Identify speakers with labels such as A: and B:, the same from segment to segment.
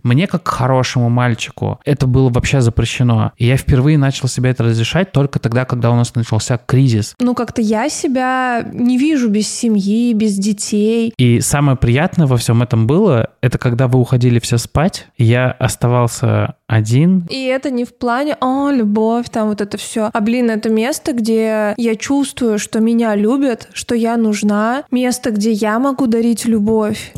A: Мне, как хорошему мальчику, это было вообще запрещено. И я впервые начал себе это разрешать только тогда, когда у нас начался кризис.
B: Как-то я себя не вижу без семьи, без детей.
A: И самое приятное во всем этом было, это когда вы уходили все спать, я оставался один.
B: И это не в плане, любовь, там вот это все. Это место, где я чувствую, что меня любят, что я нужна. Место, где я могу дарить любовь.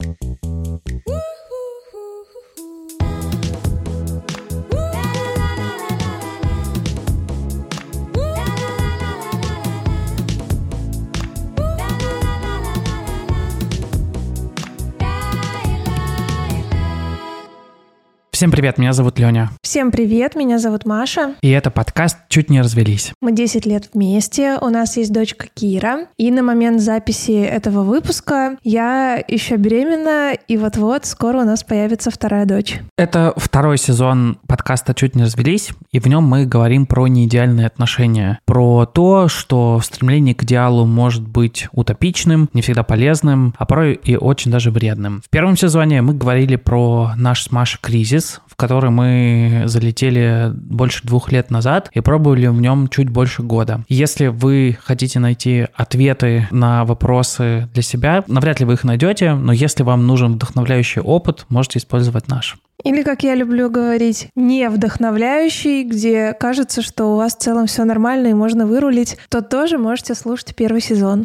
A: Всем привет, меня зовут Леня.
B: Всем привет, меня зовут Маша.
A: И это подкаст «Чуть не развелись».
B: Мы 10 лет вместе, у нас есть дочка Кира. И на момент записи этого выпуска я еще беременна, и вот-вот скоро у нас появится вторая дочь.
A: Это второй сезон подкаста «Чуть не развелись», и в нем мы говорим про неидеальные отношения. Про то, что стремление к идеалу может быть утопичным, не всегда полезным, а порой и очень даже вредным. В первом сезоне мы говорили про наш с Машей кризис, в который мы залетели больше 2 лет назад и пробовали в нем чуть больше года. Если вы хотите найти ответы на вопросы для себя, навряд ли вы их найдете, но если вам нужен вдохновляющий опыт, можете использовать наш.
B: Или, как я люблю говорить, не вдохновляющий, где кажется, что у вас в целом все нормально и можно вырулить, то тоже можете слушать первый сезон.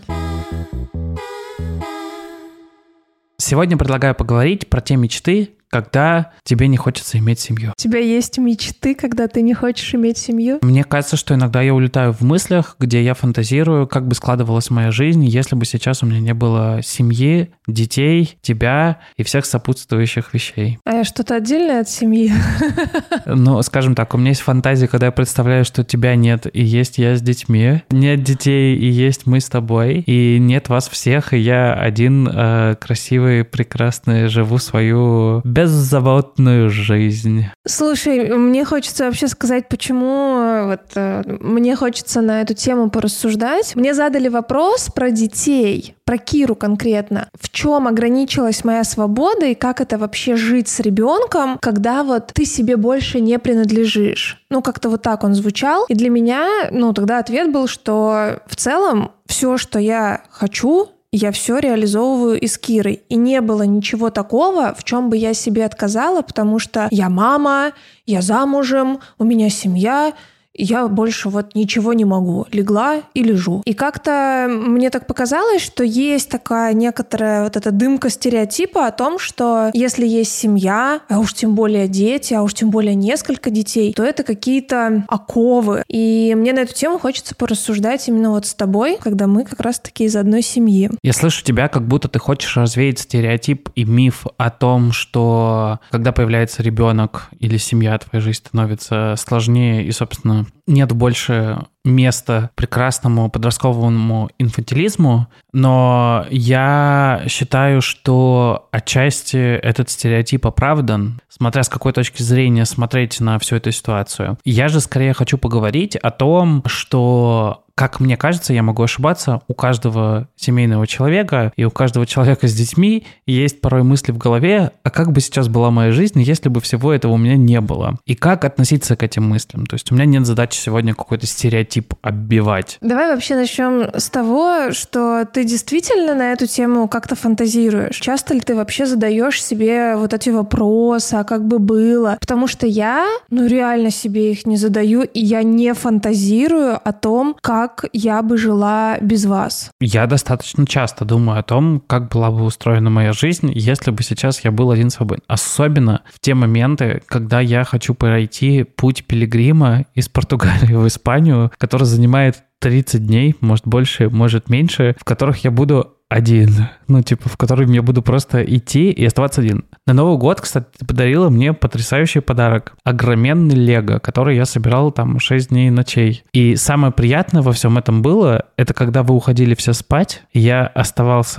A: Сегодня предлагаю поговорить про те мечты, когда тебе не хочется иметь семью.
B: У тебя есть мечты, когда ты не хочешь иметь семью?
A: Мне кажется, что иногда я улетаю в мыслях, где я фантазирую, как бы складывалась моя жизнь, если бы сейчас у меня не было семьи, детей, тебя и всех сопутствующих вещей.
B: А я что-то отдельное от семьи?
A: Скажем так, у меня есть фантазия, когда я представляю, что тебя нет, и есть я с детьми, нет детей, и есть мы с тобой, и нет вас всех, и я один красивый, прекрасный, живу свою беззаботную жизнь.
B: Слушай, мне хочется вообще сказать, почему мне хочется на эту тему порассуждать. Мне задали вопрос про детей, про Киру конкретно. В чем ограничилась моя свобода и как это вообще жить с ребенком, когда ты себе больше не принадлежишь? Как-то вот так он звучал. И для меня, тогда ответ был, что в целом все, что я хочу, я все реализовываю и с Кирой. И не было ничего такого, в чем бы я себе отказала, потому что я мама, я замужем, у меня семья, я больше ничего не могу. Легла и лежу. И как-то мне так показалось, что есть такая некоторая эта дымка стереотипа о том, что если есть семья, а уж тем более дети, а уж тем более несколько детей, то это какие-то оковы. И мне на эту тему хочется порассуждать именно с тобой, когда мы как раз-таки из одной семьи.
A: Я слышу тебя, как будто ты хочешь развеять стереотип и миф о том, что когда появляется ребенок или семья, твоя жизнь становится сложнее и, собственно, нет больше места прекрасному подростковому инфантилизму, но я считаю, что отчасти этот стереотип оправдан, смотря с какой точки зрения смотреть на всю эту ситуацию. Я же скорее хочу поговорить о том, что, как мне кажется, я могу ошибаться, у каждого семейного человека и у каждого человека с детьми есть порой мысли в голове, а как бы сейчас была моя жизнь, если бы всего этого у меня не было? И как относиться к этим мыслям? То есть у меня нет задачи сегодня какой-то стереотип оббивать.
B: Давай вообще начнем с того, что ты действительно на эту тему как-то фантазируешь. Часто ли ты вообще задаешь себе эти вопросы, а как бы было? Потому что я, реально себе их не задаю, и я не фантазирую о том, как я бы жила без вас.
A: Я достаточно часто думаю о том, как была бы устроена моя жизнь, если бы сейчас я был один свободен. Особенно в те моменты, когда я хочу пройти путь пилигрима из Португалии в Испанию, который занимает 30 дней, может больше, может меньше, в которых я буду один. В котором я буду просто идти и оставаться один. На Новый год, кстати, ты подарила мне потрясающий подарок. Огроменный лего, который я собирал 6 дней и ночей. И самое приятное во всем этом было, это когда вы уходили все спать, и я оставался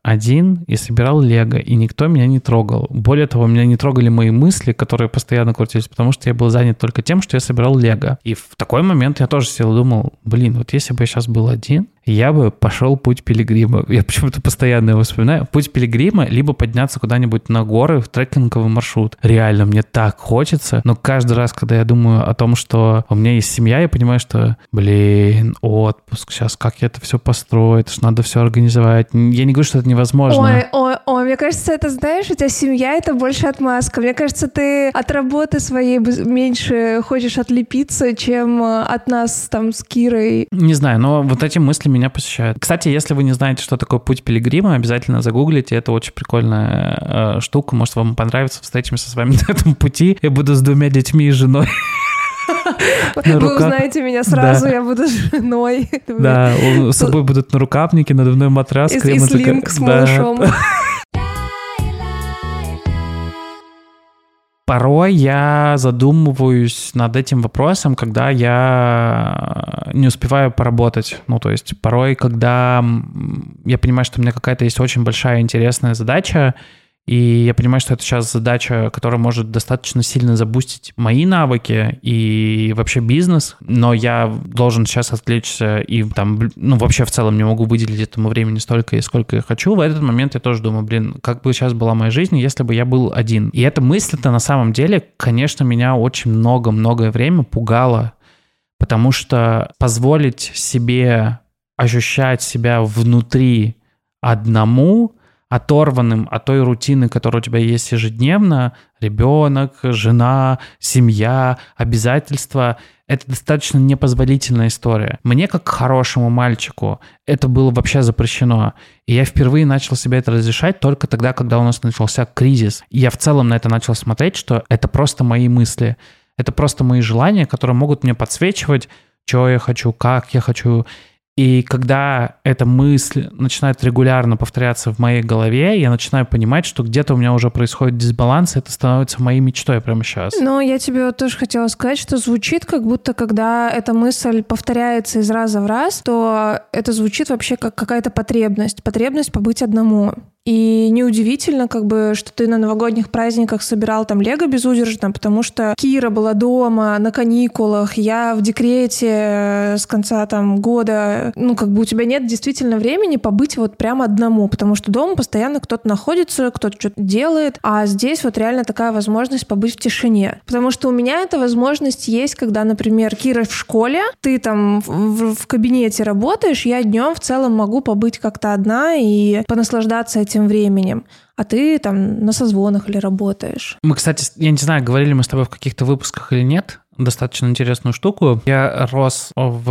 A: один и собирал лего, и никто меня не трогал. Более того, меня не трогали мои мысли, которые постоянно крутились, потому что я был занят только тем, что я собирал лего. И в такой момент я тоже сел и думал, вот если бы я сейчас был один, я бы пошел путь пилигрима. Я почему-то постоянно его вспоминаю. Путь пилигрима, либо подняться куда-нибудь на горы в трекинговый маршрут. Реально, мне так хочется. Но каждый раз, когда я думаю о том, что у меня есть семья, я понимаю, что, отпуск, сейчас как я это все построю, это же надо все организовать. Я не говорю, что это невозможно.
B: Ой, мне кажется, это, знаешь, у тебя семья — это больше отмазка. Мне кажется, ты от работы своей меньше хочешь отлепиться, чем от нас там с Кирой.
A: Не знаю, но вот эти мысли меня посещают. Кстати, если вы не знаете, что такое путь пилигрима, обязательно загуглите. Это очень прикольная штука. Может, вам понравится. Встретимся с вами на этом пути. Я буду с 2 детьми и женой.
B: Вы узнаете меня сразу, я буду женой.
A: Да, с собой будут нарукавники, надувной матрас.
B: И слинг с малышом.
A: Порой я задумываюсь над этим вопросом, когда я не успеваю поработать. То есть порой, когда я понимаю, что у меня какая-то есть очень большая интересная задача, и я понимаю, что это сейчас задача, которая может достаточно сильно забустить мои навыки и вообще бизнес, но я должен сейчас отвлечься и вообще в целом не могу выделить этому времени столько, сколько я хочу. В этот момент я тоже думаю, как бы сейчас была моя жизнь, если бы я был один. И эта мысль-то на самом деле, конечно, меня очень многое время пугала, потому что позволить себе ощущать себя внутри одному, оторванным от той рутины, которая у тебя есть ежедневно, ребенок, жена, семья, обязательства, это достаточно непозволительная история. Мне, как хорошему мальчику, это было вообще запрещено. И я впервые начал себе это разрешать только тогда, когда у нас начался кризис. И я в целом на это начал смотреть, что это просто мои мысли, это просто мои желания, которые могут мне подсвечивать, что я хочу, как я хочу. И когда эта мысль начинает регулярно повторяться в моей голове, я начинаю понимать, что где-то у меня уже происходит дисбаланс, и это становится моей мечтой прямо сейчас.
B: Но я тебе тоже хотела сказать, что звучит как будто, когда эта мысль повторяется из раза в раз, то это звучит вообще как какая-то потребность побыть одному. И неудивительно, что ты на новогодних праздниках собирал там лего безудержно, потому что Кира была дома на каникулах, я в декрете с конца года. У тебя нет действительно времени побыть прямо одному, потому что дома постоянно кто-то находится, кто-то что-то делает, а здесь реально такая возможность побыть в тишине. Потому что у меня эта возможность есть, когда, например, Кира в школе, ты там в кабинете работаешь, я днем в целом могу побыть как-то одна и понаслаждаться этим временем, а ты там на созвонах или работаешь.
A: Мы, кстати, я не знаю, говорили мы с тобой в каких-то выпусках или нет, достаточно интересную штуку. Я рос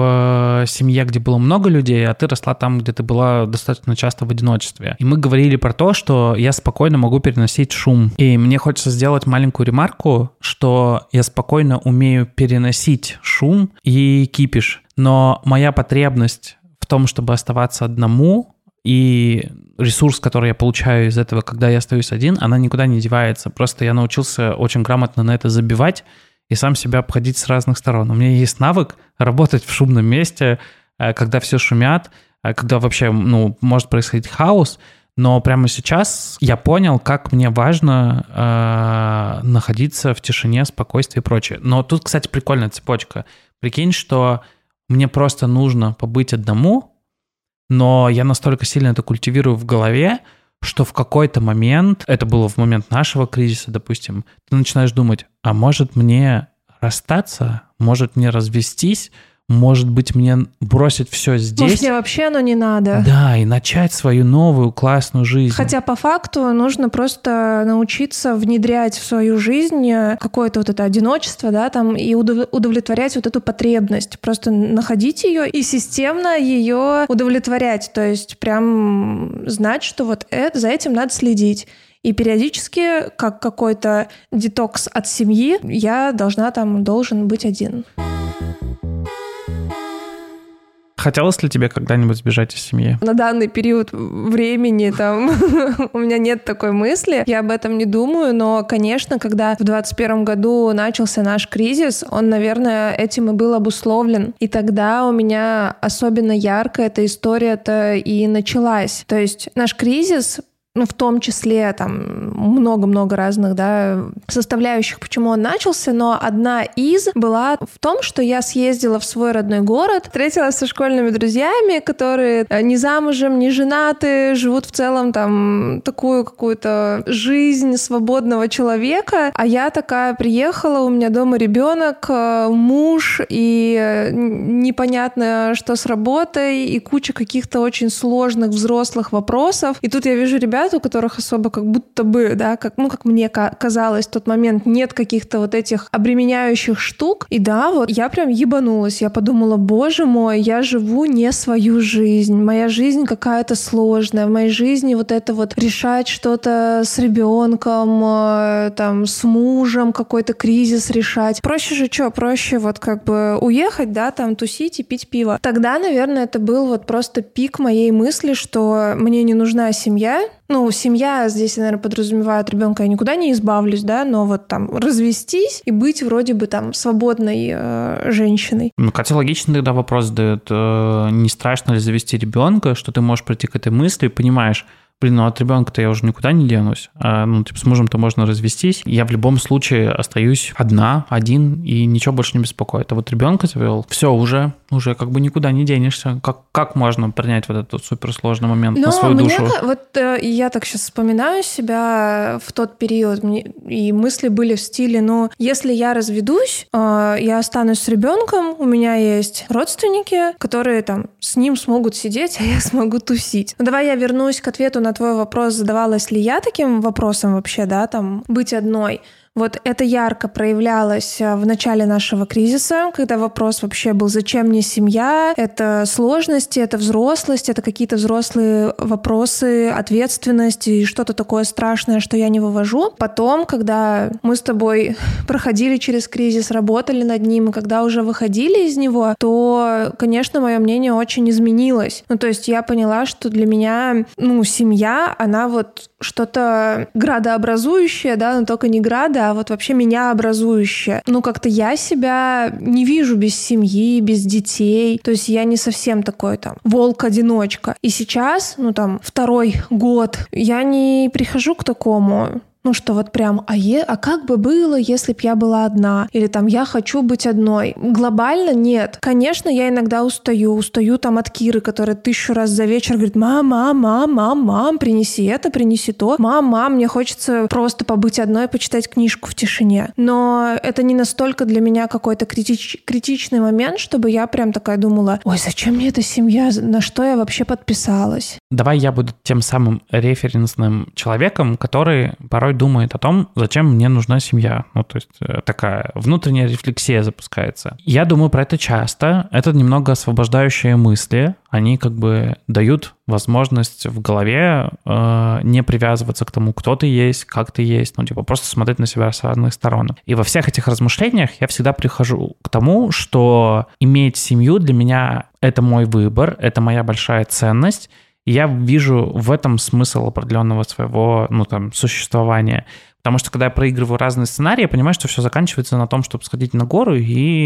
A: в семье, где было много людей, а ты росла там, где ты была достаточно часто в одиночестве. И мы говорили про то, что я спокойно могу переносить шум. И мне хочется сделать маленькую ремарку, что я спокойно умею переносить шум и кипиш. Но моя потребность в том, чтобы оставаться одному, и ресурс, который я получаю из этого, когда я остаюсь один, она никуда не девается. Просто я научился очень грамотно на это забивать и сам себя обходить с разных сторон. У меня есть навык работать в шумном месте, когда все шумят, когда вообще может происходить хаос. Но прямо сейчас я понял, как мне важно находиться в тишине, спокойствии и прочее. Но тут, кстати, прикольная цепочка. Прикинь, что мне просто нужно побыть одному, но я настолько сильно это культивирую в голове, что в какой-то момент, это было в момент нашего кризиса, допустим, ты начинаешь думать, а может мне расстаться, может мне развестись, может быть, мне бросить все здесь.
B: Может, мне вообще оно не надо.
A: Да, и начать свою новую классную жизнь.
B: Хотя по факту нужно просто научиться внедрять в свою жизнь какое-то это одиночество, и удовлетворять эту потребность. Просто находить ее и системно ее удовлетворять. То есть прям знать, что за этим надо следить. И периодически, как какой-то детокс от семьи, я должен быть один.
A: Хотелось ли тебе когда-нибудь сбежать из семьи?
B: На данный период времени там у меня нет такой мысли, я об этом не думаю, но, конечно, когда в 2021 году начался наш кризис, он, наверное, этим и был обусловлен. И тогда у меня особенно ярко эта история-то и началась. То есть наш кризис, в том числе там много-много разных, да, составляющих, почему он начался, но одна из была в том, что я съездила в свой родной город, встретилась со школьными друзьями, которые не замужем, не женаты, живут в целом там такую какую-то жизнь свободного человека, а я такая приехала, у меня дома ребенок, муж, и непонятно, что с работой, и куча каких-то очень сложных взрослых вопросов, и тут я вижу ребят, у которых особо как будто бы, да, как мне казалось в тот момент, нет каких-то вот этих обременяющих штук. И да, вот я прям ебанулась. Я подумала, боже мой, я живу не свою жизнь. Моя жизнь какая-то сложная. В моей жизни вот это вот решать что-то с ребенком, там, с мужем, какой-то кризис решать. Проще же что? Проще вот как бы уехать, да, там, тусить и пить пиво. Тогда, наверное, это был вот просто пик моей мысли, что мне не нужна семья. Семья здесь, наверное, подразумевает ребенка, я никуда не избавлюсь, да, но вот там развестись и быть вроде бы там свободной женщиной.
A: Катя, логичный тогда вопрос задает, не страшно ли завести ребенка, что ты можешь прийти к этой мысли и понимаешь, от ребенка-то я уже никуда не денусь. С мужем-то можно развестись. Я в любом случае остаюсь один, и ничего больше не беспокоит. А вот ребенка завел, все, уже как бы никуда не денешься. Как можно принять вот этот суперсложный момент на свою душу?
B: Я так сейчас вспоминаю себя в тот период, и мысли были в стиле, если я разведусь, я останусь с ребенком, у меня есть родственники, которые там с ним смогут сидеть, а я смогу тусить. Давай я вернусь к ответу на твой вопрос, задавалась ли я таким вопросом вообще, да, там, быть одной. Вот это ярко проявлялось в начале нашего кризиса, когда вопрос вообще был, зачем мне семья, это сложности, это взрослость, это какие-то взрослые вопросы, ответственность и что-то такое страшное, что я не вывожу. Потом, когда мы с тобой проходили через кризис, работали над ним, и когда уже выходили из него, то, конечно, мое мнение очень изменилось. То есть я поняла, что для меня, семья, она вот что-то градообразующее, да, но только не града, а вот вообще меня образующее. Как-то я себя не вижу без семьи, без детей. То есть я не совсем такой там волк-одиночка. И сейчас, 2-й год, я не прихожу к такому. Что вот прям, а как бы было, если б я была одна? Или там, я хочу быть одной. Глобально нет. Конечно, я иногда устаю там от Киры, которая 1000 раз за вечер говорит, мам, принеси это, принеси то. Мам, мне хочется просто побыть одной, почитать книжку в тишине. Но это не настолько для меня какой-то критичный момент, чтобы я прям такая думала, ой, зачем мне эта семья, на что я вообще подписалась?
A: Давай я буду тем самым референсным человеком, который порой думает о том, зачем мне нужна семья. То есть такая внутренняя рефлексия запускается. Я думаю про это часто. Это немного освобождающие мысли. Они как бы дают возможность в голове не привязываться к тому, кто ты есть, как ты есть, просто смотреть на себя с разных сторон. И во всех этих размышлениях я всегда прихожу к тому, что иметь семью для меня — это мой выбор, это моя большая ценность. И я вижу в этом смысл определенного своего, существования. Потому что, когда я проигрываю разные сценарии, я понимаю, что все заканчивается на том, чтобы сходить на гору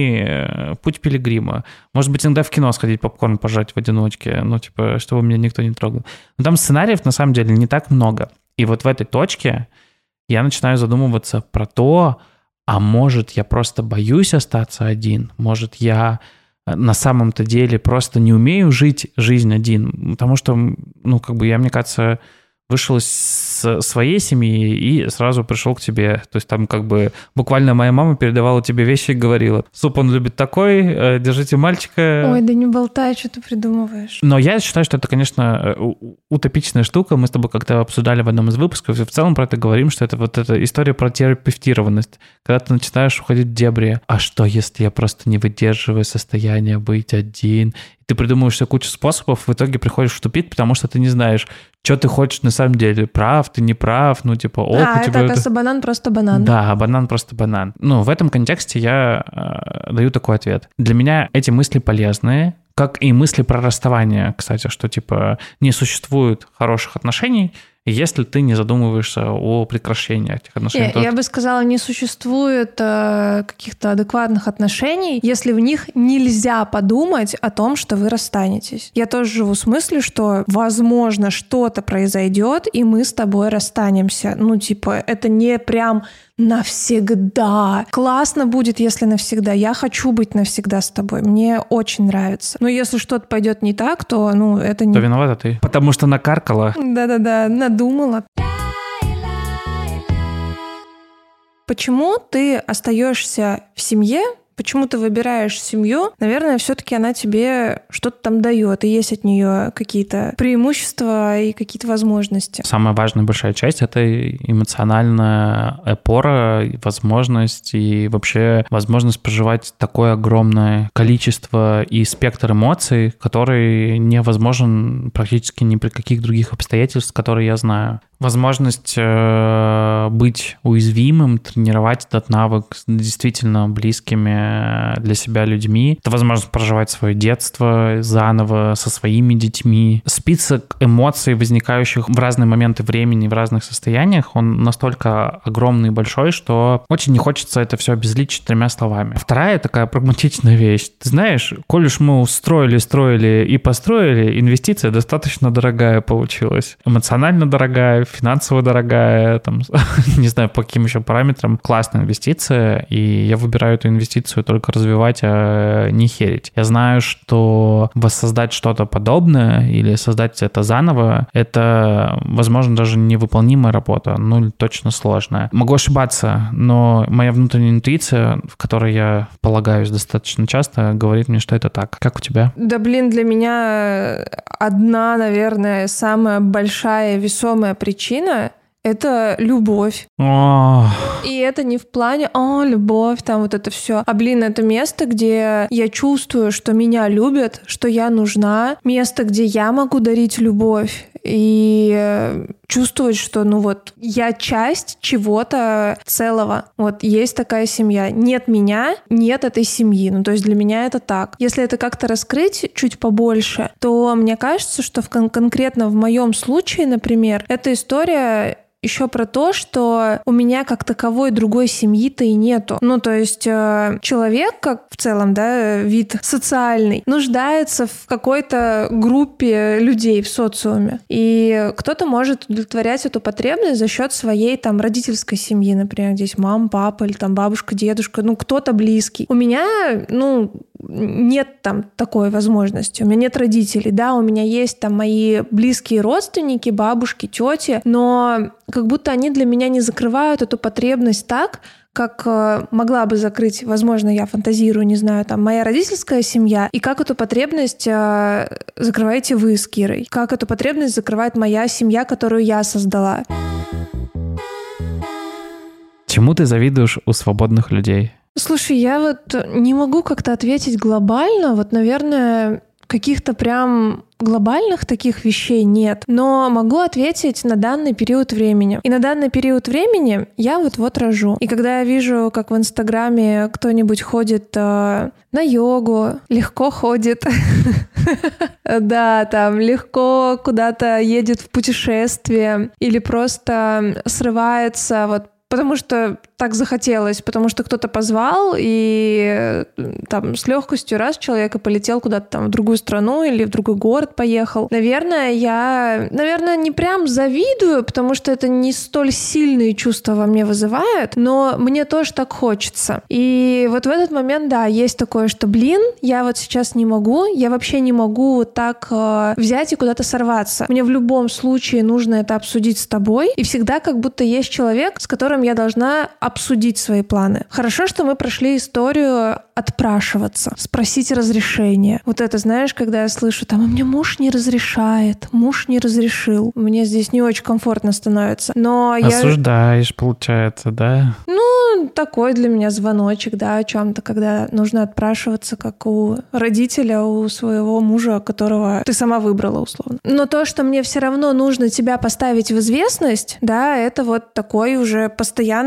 A: и путь пилигрима. Может быть, иногда в кино сходить попкорн пожрать в одиночке, чтобы меня никто не трогал. Но там сценариев, на самом деле, не так много. И вот в этой точке я начинаю задумываться про то, а может, я просто боюсь остаться один? Может, я на самом-то деле просто не умею жить жизнь один, потому что, я, мне кажется, вышел из своей семьи и сразу пришел к тебе. То есть там буквально моя мама передавала тебе вещи и говорила, суп он любит такой, держите мальчика.
B: Ой, да не болтай, что ты придумываешь.
A: Но я считаю, что это, конечно, утопичная штука. Мы с тобой как-то обсуждали в одном из выпусков, и в целом про это говорим, что это вот эта история про терапевтированность. Когда ты начинаешь уходить в дебри. А что, если я просто не выдерживаю состояние быть один? Ты придумываешь себе кучу способов, в итоге приходишь в тупик, потому что ты не знаешь, что ты хочешь на самом деле. Прав, ты не прав, у тебя...
B: это банан просто банан.
A: Да, банан просто банан. В этом контексте я даю такой ответ. Для меня эти мысли полезные, Как и мысли про расставание, кстати, что типа не существует хороших отношений, если ты не задумываешься о прекращении этих отношений.
B: Я бы сказала, не существует каких-то адекватных отношений, если в них нельзя подумать о том, что вы расстанетесь. Я тоже живу с мыслью, что, возможно, что-то произойдет, и мы с тобой расстанемся. Ну, типа, это не прям навсегда. Классно будет, если навсегда. Я хочу быть навсегда с тобой. Мне очень нравится. Но если что-то пойдет не так, то, это не...
A: То виновата ты. Потому что накаркала.
B: Да-да-да, надумала. Почему ты остаешься в семье? Почему ты выбираешь семью? Наверное, все-таки она тебе что-то там дает, и есть от нее какие-то преимущества и какие-то возможности.
A: Самая важная большая часть — это эмоциональная опора, возможность и вообще возможность проживать такое огромное количество и спектр эмоций, который невозможен практически ни при каких других обстоятельствах, которые я знаю. Возможность быть уязвимым, тренировать этот навык с действительно близкими для себя людьми. Это возможность проживать свое детство заново со своими детьми. Список эмоций, возникающих в разные моменты времени, в разных состояниях, он настолько огромный и большой, что очень не хочется это все обезличить 3 словами. Вторая такая прагматичная вещь. Ты знаешь, коль уж мы строили и построили, инвестиция достаточно дорогая получилась. Эмоционально дорогая, финансово дорогая, там, не знаю, по каким еще параметрам. Классная инвестиция, и я выбираю эту инвестицию только развивать, а не херить. Я знаю, что воссоздать что-то подобное или создать это заново, это, возможно, даже невыполнимая работа, точно сложная. Могу ошибаться, но моя внутренняя интуиция, в которой я полагаюсь достаточно часто, говорит мне, что это так. Как у тебя?
B: Да, для меня одна, наверное, самая большая весомая причина — это любовь. И это не в плане любовь, там вот это все. Это место, где я чувствую, что меня любят, что я нужна. Место, где я могу дарить любовь. И чувствовать, что, я часть чего-то целого. Вот есть такая семья. Нет меня, нет этой семьи. То есть для меня это так. Если это как-то раскрыть чуть побольше, то мне кажется, что конкретно в моем случае, например, эта история еще про то, что у меня как таковой другой семьи-то и нету. То есть человек, как в целом, да, вид социальный, нуждается в какой-то группе людей в социуме. И кто-то может удовлетворять эту потребность за счет своей там родительской семьи, например, здесь мама, папа или там бабушка, дедушка, кто-то близкий. У меня, нет там такой возможности. У меня нет родителей, да, у меня есть там мои близкие родственники, бабушки, тети, но как будто они для меня не закрывают эту потребность так, как могла бы закрыть, возможно, я фантазирую, не знаю, там, моя родительская семья, и как эту потребность закрываете вы с Кирой, как эту потребность закрывает моя семья, которую я создала.
A: Чему ты завидуешь у свободных людей?
B: Слушай, я не могу как-то ответить глобально, наверное, каких-то прям глобальных таких вещей нет, но могу ответить на данный период времени. И на данный период времени я вот рожу. И когда я вижу, как в Инстаграме кто-нибудь ходит на йогу, легко ходит, да, там легко куда-то едет в путешествие или просто срывается потому что так захотелось, потому что кто-то позвал, и там с легкостью раз человек и полетел куда-то там в другую страну или в другой город поехал. Наверное, я не прям завидую, потому что это не столь сильные чувства во мне вызывает, но мне тоже так хочется. И в этот момент, да, есть такое, что, я сейчас не могу, я вообще не могу так взять и куда-то сорваться. Мне в любом случае нужно это обсудить с тобой, и всегда как будто есть человек, с которым я должна обсудить свои планы. Хорошо, что мы прошли историю отпрашиваться, спросить разрешение. Это, знаешь, когда я слышу, там, мне муж не разрешает, муж не разрешил. Мне здесь не очень комфортно становится. Но
A: осуждаешь, получается, да?
B: Такой для меня звоночек, да, о чем-то, когда нужно отпрашиваться, как у родителя, у своего мужа, которого ты сама выбрала, условно. Но то, что мне все равно нужно тебя поставить в известность, да, это такой уже постоянный какой-то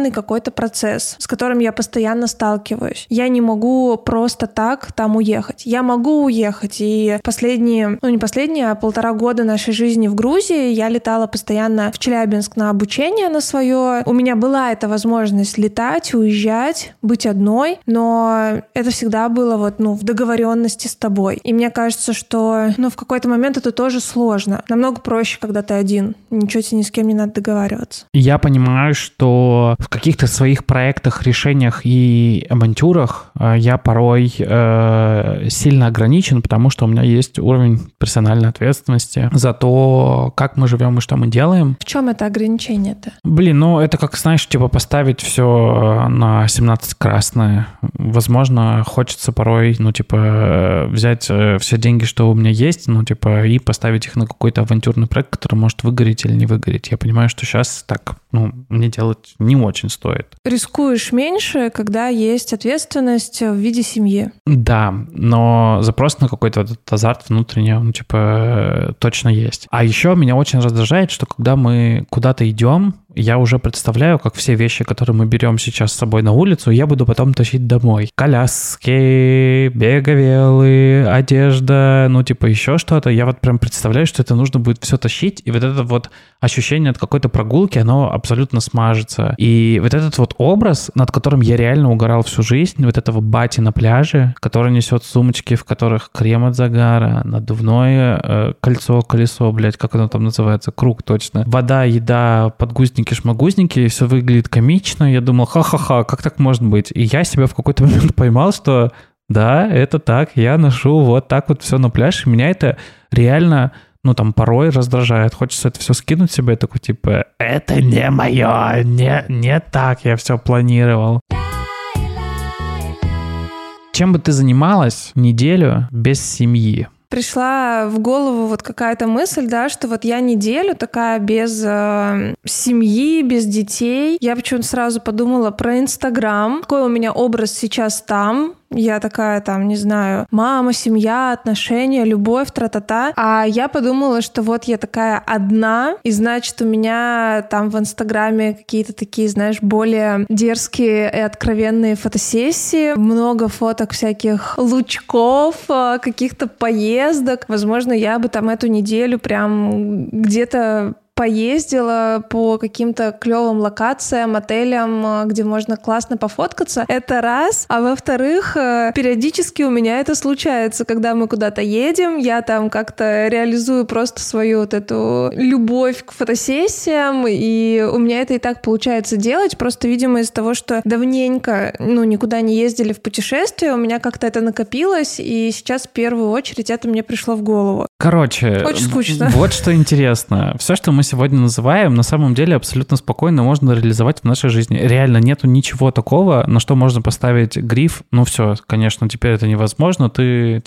B: это процесс, с которым я постоянно сталкиваюсь. Я не могу просто так там уехать. Я могу уехать, и последние, не последние, а 1,5 года нашей жизни в Грузии я летала постоянно в Челябинск на обучение на свое. У меня была эта возможность летать, уезжать, быть одной, но это всегда было в договоренности с тобой. И мне кажется, что в какой-то момент это тоже сложно. Намного проще, когда ты один. Ничего тебе ни с кем не надо договариваться.
A: Я понимаю, что в каких-то своих проектах, решениях и авантюрах я порой сильно ограничен, потому что у меня есть уровень персональной ответственности за то, как мы живем и что мы делаем.
B: В чем это ограничение-то?
A: Это как, знаешь, поставить все на 17 красное. Возможно, хочется порой, взять все деньги, что у меня есть, и поставить их на какой-то авантюрный проект, который может выгореть или не выгореть. Я понимаю, что сейчас так, мне делать не очень стоит.
B: Рискуешь меньше, когда есть ответственность в виде семьи.
A: Да, но запрос на какой-то этот азарт внутренний, точно есть. А еще меня очень раздражает, что когда мы куда-то идем, я уже представляю, как все вещи, которые мы берем сейчас с собой на улицу, я буду потом тащить домой. Коляски, беговелы, одежда, еще что-то. Я прям представляю, что это нужно будет все тащить, и это ощущение от какой-то прогулки, оно абсолютно смажется. И этот образ, над которым я реально угорал всю жизнь, этого бати на пляже, который несет сумочки, в которых крем от загара, надувное колесо, как оно там называется, круг точно. Вода, еда, подгузники, шмагузники, все выглядит комично. Я думал, ха-ха-ха, как так может быть? И я себя в какой-то момент поймал, что да, это так, я ношу вот так все на пляж, и меня это реально... порой раздражает. Хочется это все скинуть себе, такой, это не мое, не так я все планировал. Чем бы ты занималась неделю без семьи?
B: Пришла в голову какая-то мысль, что я неделю такая без семьи, без детей. Я почему-то сразу подумала про Инстаграм. Какой у меня образ сейчас там? Я такая не знаю, мама, семья, отношения, любовь, тра-та-та. А я подумала, что я такая одна, и значит, у меня там в Инстаграме какие-то такие, знаешь, более дерзкие и откровенные фотосессии, много фоток всяких лучков, каких-то поездок. Возможно, я бы там эту неделю прям где-то поездила по каким-то клевым локациям, отелям, где можно классно пофоткаться. Это раз. А во-вторых, периодически у меня это случается, когда мы куда-то едем, я там как-то реализую просто свою эту любовь к фотосессиям, и у меня это и так получается делать, просто, видимо, из-за того, что давненько, никуда не ездили в путешествие, у меня как-то это накопилось, и сейчас в первую очередь это мне пришло в голову.
A: Короче,
B: очень скучно.
A: Вот что интересно. Все, что мы сегодня называем, на самом деле абсолютно спокойно можно реализовать в нашей жизни. Реально нету ничего такого, на что можно поставить гриф. Все, конечно, теперь это невозможно. Ты,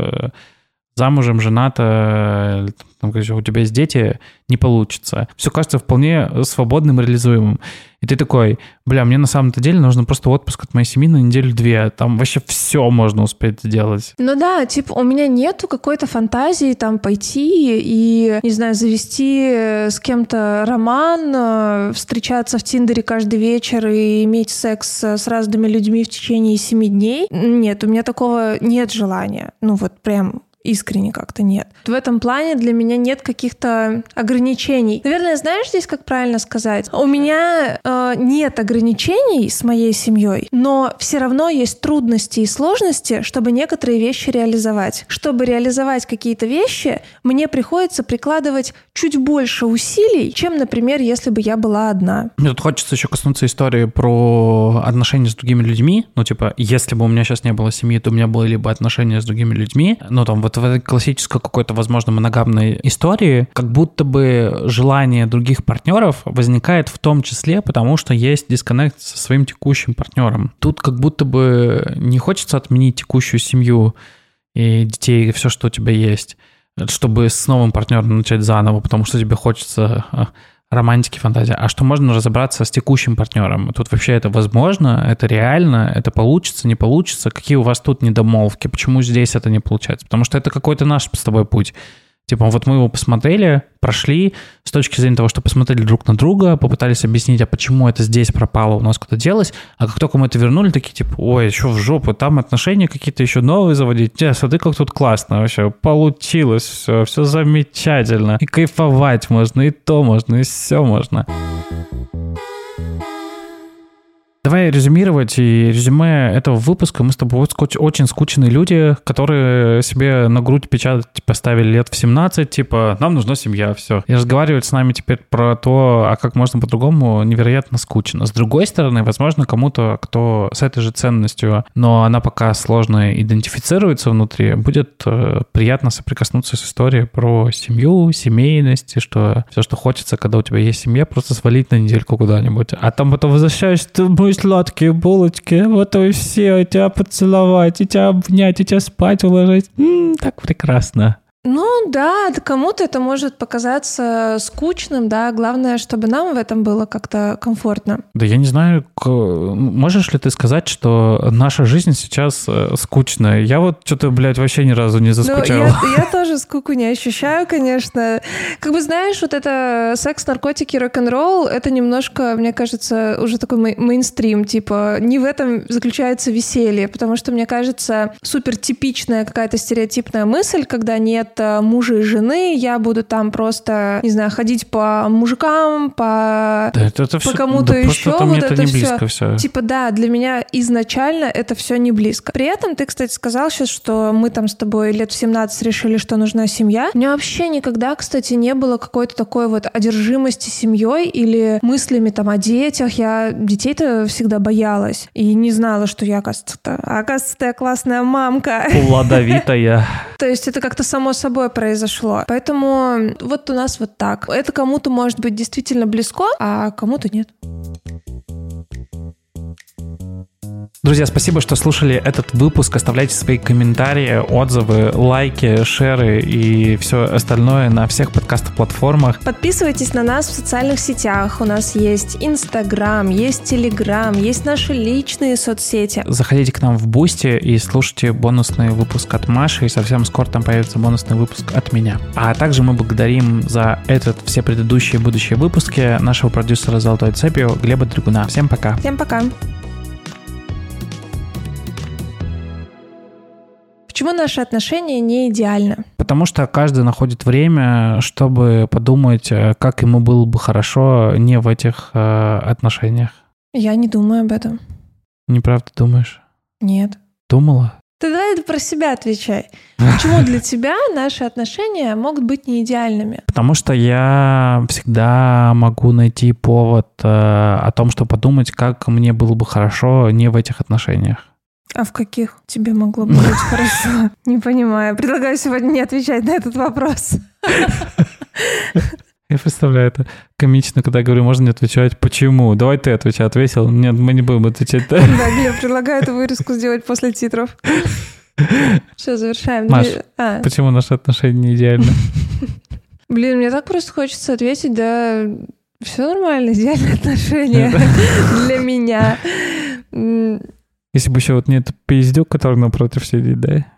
A: замужем, жената, у тебя есть дети, не получится. Все кажется вполне свободным и реализуемым. И ты такой, мне на самом-то деле нужно просто отпуск от моей семьи на 1-2. Там вообще все можно успеть сделать.
B: У меня нету какой-то фантазии пойти и, не знаю, завести с кем-то роман, встречаться в Тиндере каждый вечер и иметь секс с разными людьми в течение 7 дней. Нет, у меня такого нет желания. Прям искренне как-то нет. В этом плане для меня нет каких-то ограничений. Наверное, знаешь здесь, как правильно сказать? У меня нет ограничений с моей семьей, но все равно есть трудности и сложности, чтобы некоторые вещи реализовать. Чтобы реализовать какие-то вещи, мне приходится прикладывать чуть больше усилий, чем, например, если бы я была одна.
A: Мне тут хочется еще коснуться истории про отношения с другими людьми. Если бы у меня сейчас не было семьи, то у меня были бы отношения с другими людьми. В этой классической какой-то, возможно, моногамной истории, как будто бы желание других партнеров возникает в том числе, потому что есть дисконнект со своим текущим партнером. Тут как будто бы не хочется отменить текущую семью и детей, и все, что у тебя есть, чтобы с новым партнером начать заново, потому что тебе хочется романтики, фантазии, а что можно разобраться с текущим партнером. Тут вообще это возможно, это реально, это получится, не получится, какие у вас тут недомолвки, почему здесь это не получается, потому что это какой-то наш с тобой путь. Типа, вот мы его посмотрели, прошли с точки зрения того, что посмотрели друг на друга, попытались объяснить, а почему это здесь пропало, у нас куда делось, а как только мы это вернули, такие типа, ой, что в жопу, там отношения какие-то еще новые заводить, смотри, как тут классно вообще, получилось все замечательно, и кайфовать можно, и то можно, и все можно. Давай резюмировать, и резюме этого выпуска. Мы с тобой очень скучные люди, которые себе на грудь печатать поставили лет в 17, типа, нам нужна семья, все. И разговаривать с нами теперь про то, а как можно по-другому, невероятно скучно. С другой стороны, возможно, кому-то, кто с этой же ценностью, но она пока сложно идентифицируется внутри, будет приятно соприкоснуться с историей про семью, семейность, и что все, что хочется, когда у тебя есть семья, просто свалить на недельку куда-нибудь. А там потом возвращаешься, ты будешь сладкие булочки, вот и все, и тебя поцеловать, и тебя обнять, и тебя спать уложить. Так прекрасно.
B: Ну да, кому-то это может показаться скучным, да, главное, чтобы нам в этом было как-то комфортно.
A: Да я не знаю, можешь ли ты сказать, что наша жизнь сейчас скучная? Я вот что-то, блядь, вообще ни разу не заскучал.
B: Ну, я тоже скуку не ощущаю, конечно. Как бы, знаешь, вот это секс, наркотики, рок-н-ролл, это немножко, мне кажется, уже такой мейнстрим, типа, не в этом заключается веселье, потому что, мне кажется, супер типичная какая-то стереотипная мысль, когда нет мужа и жены, я буду там просто, не знаю, ходить по мужикам, по кому-то еще.
A: Это вот это не близко все.
B: Типа, да, для меня изначально это все не близко. При этом ты, кстати, сказал сейчас, что мы там с тобой лет в 17 решили, что нужна семья. У меня вообще никогда, кстати, не было какой-то такой вот одержимости семьей или мыслями там о детях. Я детей-то всегда боялась и не знала, что я, оказывается, я классная мамка.
A: Плодовитая.
B: То есть это как-то само собой произошло. Поэтому вот у нас вот так. Это кому-то может быть действительно близко, а кому-то нет.
A: Друзья, спасибо, что слушали этот выпуск. Оставляйте свои комментарии, отзывы, лайки, шеры и все остальное на всех подкаст-платформах.
B: Подписывайтесь на нас в социальных сетях. У нас есть Инстаграм, есть Телеграм, есть наши личные соцсети.
A: Заходите к нам в Бусти и слушайте бонусный выпуск от Маши, и совсем скоро там появится бонусный выпуск от меня. А также мы благодарим за все предыдущие и будущие выпуски нашего продюсера «Золотой цепью» Глеба Дрюгуна. Всем пока.
B: Всем пока. Почему наши отношения не идеальны?
A: Потому что каждый находит время, чтобы подумать, как ему было бы хорошо не в этих отношениях.
B: Я не думаю об этом.
A: Неправда думаешь?
B: Нет.
A: Думала?
B: Ты давай про себя отвечай. Почему для тебя наши отношения могут быть не идеальными?
A: Потому что я всегда могу найти повод о том, что подумать, как мне было бы хорошо не в этих отношениях.
B: А в каких тебе могло бы быть хорошо? Не понимаю. Предлагаю сегодня не отвечать на этот вопрос.
A: Я представляю, это комично, когда я говорю, можно не отвечать. Почему? Давай ты отвечай. Ответил. Нет, мы не будем отвечать.
B: Да, Глеб, предлагаю эту вырезку сделать после титров. Все, завершаем.
A: Маш, почему наши отношения не идеальны?
B: Блин, мне так просто хочется ответить, да, все нормально, идеальные отношения для меня.
A: Если бы еще вот не этот пиздюк, который напротив сидит, да?